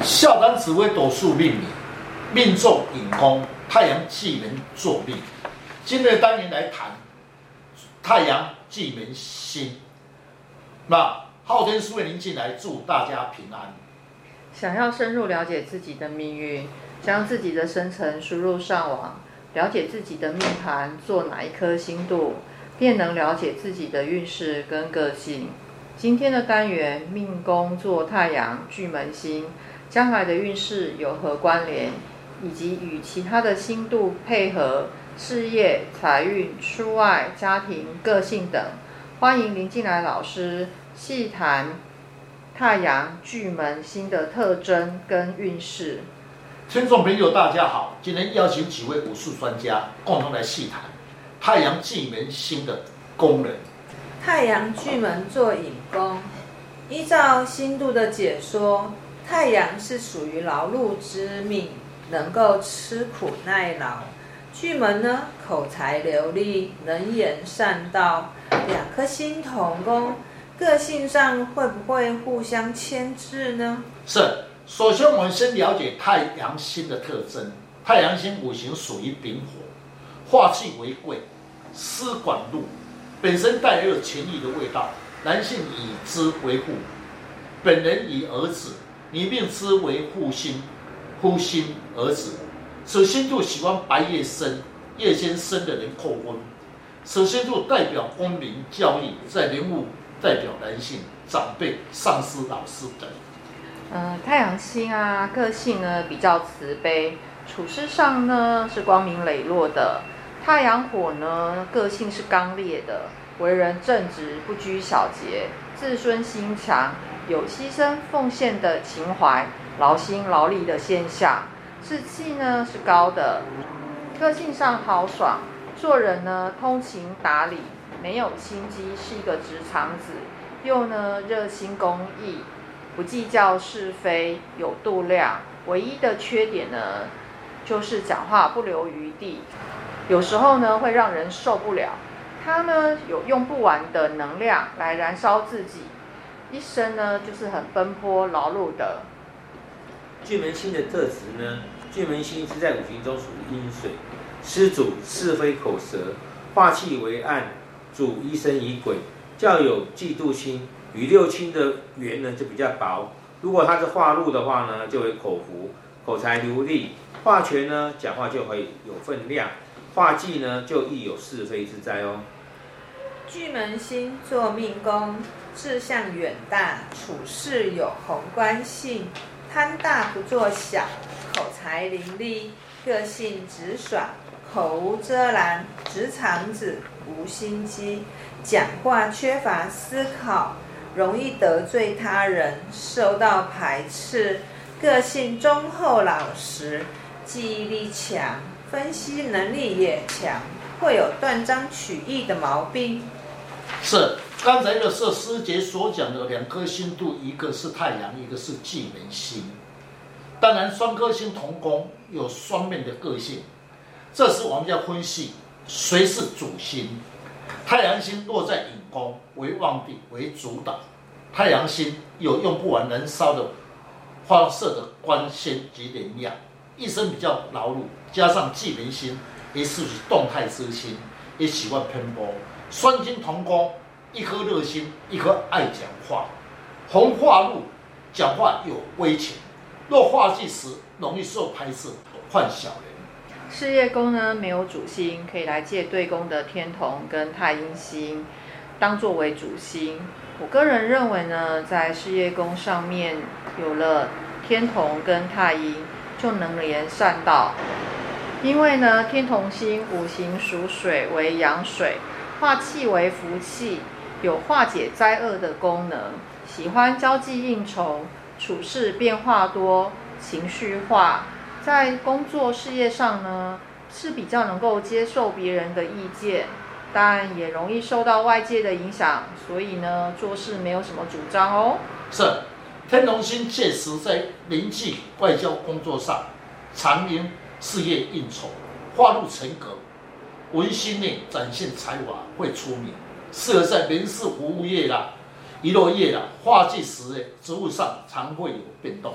下单紫微斗数命名，命中引宫，太阳忌门坐命。今日单元来谈太阳忌门星。那昊天书院您进来，祝大家平安。 想要深入了解自己的命运，将自己的生辰输入上网，了解自己的命盘做哪一颗星度，便能了解自己的运势跟个性。今天的单元命宫做太阳巨门星，将来的运势有何关联，以及与其他的星度配合，事业、财运、出外、家庭、个性等。欢迎林进来老师细谈太阳巨门星的特征跟运势。 听众朋友大家好，今天邀请几位武术专家共同来细谈太阳巨门星的功能。 太阳巨门做引宫，依照星度的解说，太阳是属于劳碌之命，能够吃苦耐劳。巨门呢，口才流利，能言善道。两颗星同宫，个性上会不会互相牵制呢？ 是，首先我们先了解太阳星的特征。太阳星五行属于丙火，化气为贵，司管禄，本身带有权力的味道。男性以之为护，本人以儿子，你命之为护星，呼星儿子。此星度喜欢白夜生，夜间生的人扣分。此星度代表公民教育，在人物代表男性、长辈、上司、老师等。 太阳星啊，个性呢比较慈悲，处事上呢是光明磊落的。太阳火呢，个性是刚烈的，为人正直，不拘小节，自尊心强，有牺牲奉献的情怀，劳心劳力的现象。志气呢是高的，个性上豪爽，做人呢通情达理，没有心机，是一个直肠子，又呢热心公益，不计较是非，有度量。唯一的缺点呢，就是讲话不留余地，有时候呢会让人受不了。他呢有用不完的能量来燃烧自己，一生呢就是很奔波劳碌的。 巨门星的特质呢，巨门星是在五行中属于阴水，师主是非口舌，化气为暗，主疑神疑鬼，较有嫉妒心。与六亲的缘呢就比较薄。如果他是化禄的话呢，就为口福，口才流利；化权呢，讲话就会有分量；化忌呢，就易有是非之灾哦。 巨门星做命宫，志向远大，处事有宏观性，贪大不做小，口才伶俐，个性直爽，口无遮拦，直肠子，无心机，讲话缺乏思考，容易得罪他人，受到排斥，个性忠厚老实，记忆力强，分析能力也强，会有断章取义的毛病。 是，刚才的是师姐所讲的两颗星度，一个是太阳，一个是巨门星。当然，双颗星同宫有双面的个性，这时我们要分析谁是主星。太阳星落在引宫，为旺地，为主导。太阳星有用不完燃烧的发射的光纤及能量，一生比较劳碌，加上巨门星也是动态之星，也喜欢奔波。双星同宫，一颗热心，一颗爱讲话。红化禄，讲话有威情；若化忌时，容易受排斥，犯小人。 事业宫呢没有主星，可以来借对宫的天同跟太阴星当作为主星。我个人认为呢，在事业宫上面有了天同跟太阴，就能言善道。因为呢，天同星五行属水，为阳水，化气为福气，有化解灾厄的功能。喜欢交际应酬，处事变化多，情绪化。在工作事业上呢，是比较能够接受别人的意见，但也容易受到外界的影响，所以呢，做事没有什么主张哦。 是，天同星届时在人际外交工作上，常因事业应酬，化入成格，文心内展现才华，会出名，适合在人事服务业啦、娱乐业啦、化忌时职务上常会有变动。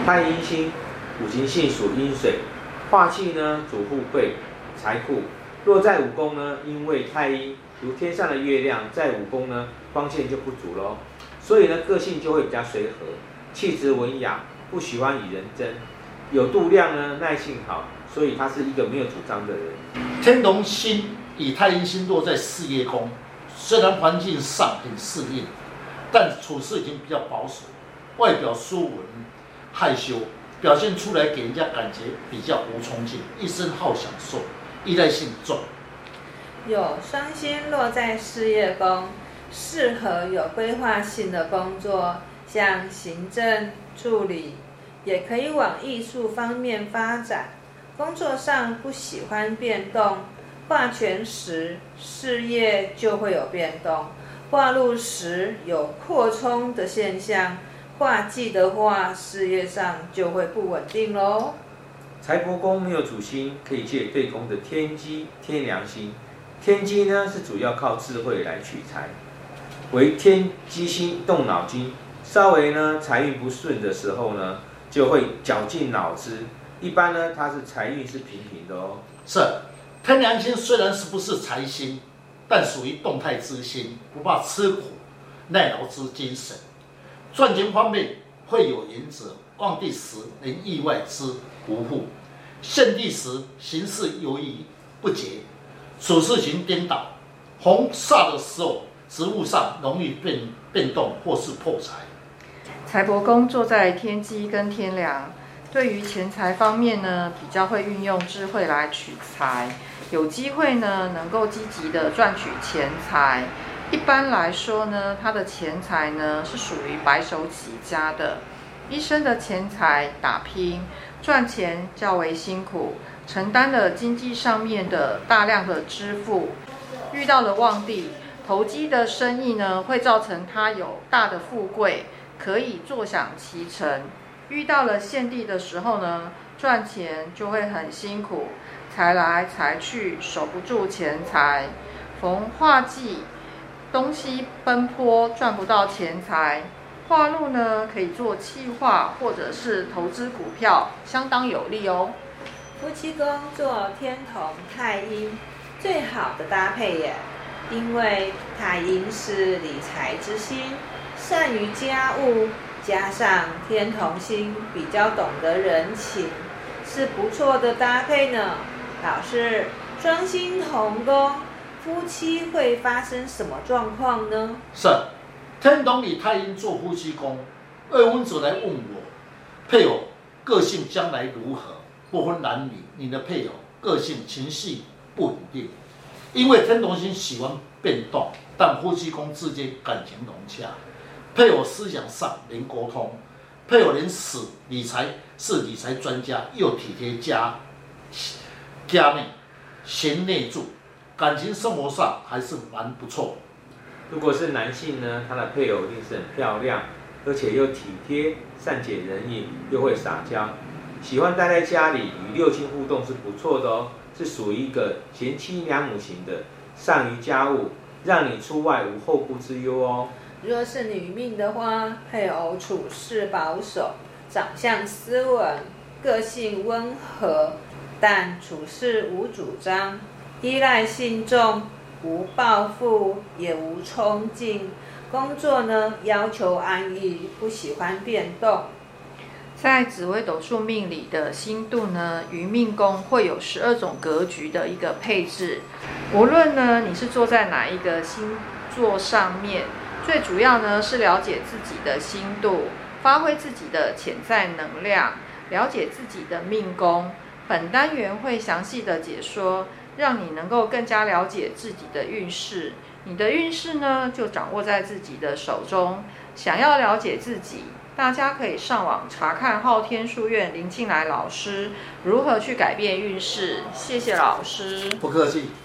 太阴星五行性属阴水，化气呢主富贵财库。若在五宫呢，因为太阴如天上的月亮，在五宫呢光线就不足咯，所以呢个性就会比较随和，气质文雅，不喜欢与人争，有度量呢，耐性好，所以他是一个没有主张的人。 天同星以太阴星落在事业宫，虽然环境上很适应，但处事已经比较保守，外表斯文害羞，表现出来给人家感觉比较无冲劲，一生好享受，依赖性重。 有双星落在事业宫，适合有规划性的工作，像行政助理，也可以往艺术方面发展。工作上不喜欢变动，化权时事业就会有变动，化禄时有扩充的现象，化忌的话，事业上就会不稳定咯。 财帛宫没有主星，可以借对宫的天机、天梁星。天机呢是主要靠智慧来取财，为天机星动脑筋，稍微呢财运不顺的时候呢，就会绞尽脑汁。一般呢，它是财运是平平的哦。 是，天梁星虽然是不是财星，但属于动态之星，不怕吃苦耐劳之精神。赚钱方面会有原则，旺地时能意外之不富，陷地时行事犹豫不决，处事情颠倒。红煞的时候，职务上容易变动或是破财。 财帛宫坐在天机跟天梁，对于钱财方面呢，比较会运用智慧来取财，有机会呢能够积极的赚取钱财。一般来说呢，他的钱财呢是属于白手起家的，一生的钱财打拼赚钱较为辛苦，承担了经济上面的大量的支付。遇到了旺地，投机的生意呢会造成他有大的富贵，可以坐享其成。遇到了陷地的时候呢，赚钱就会很辛苦，财来财去，守不住钱财。逢化忌，东西奔波，赚不到钱财。化禄呢，可以做企划或者是投资股票，相当有利哦。 夫妻宫做天同太阴，最好的搭配耶，因为太阴是理财之星，善于家务，加上天同星比较懂得人情，是不错的搭配呢。老师，双星同宫，夫妻会发生什么状况呢？ 是，天同与太阴做夫妻宫，二婚者来问我，配偶个性将来如何？不分男女，你的配偶个性情绪不稳定，因为天同星喜欢变动，但夫妻宫之间感情融洽，配偶思想上能沟通，配偶能使理财是理财专家，又体贴家内，贤内助，感情生活上还是蛮不错。 如果是男性呢，他的配偶一定是很漂亮，而且又体贴、善解人意，又会撒娇，喜欢待在家里，与六亲互动是不错的哦，是属于一个贤妻良母型的，善于家务，让你出外无后顾之忧哦。 若是女命的话，配偶处事保守，长相斯文，个性温和，但处事无主张，依赖性重，无抱负，也无冲劲。工作呢，要求安逸，不喜欢变动。 在紫微斗数命理的星度呢，于命宫会有12种格局的一个配置。无论呢你是坐在哪一个星座上面，最主要呢是了解自己的星度，发挥自己的潜在能量，了解自己的命宫。本单元会详细的解说，让你能够更加了解自己的运势。你的运势呢，就掌握在自己的手中。想要了解自己，大家可以上网查看昊天书院林庆来老师如何去改变运势。谢谢老师， 不客气。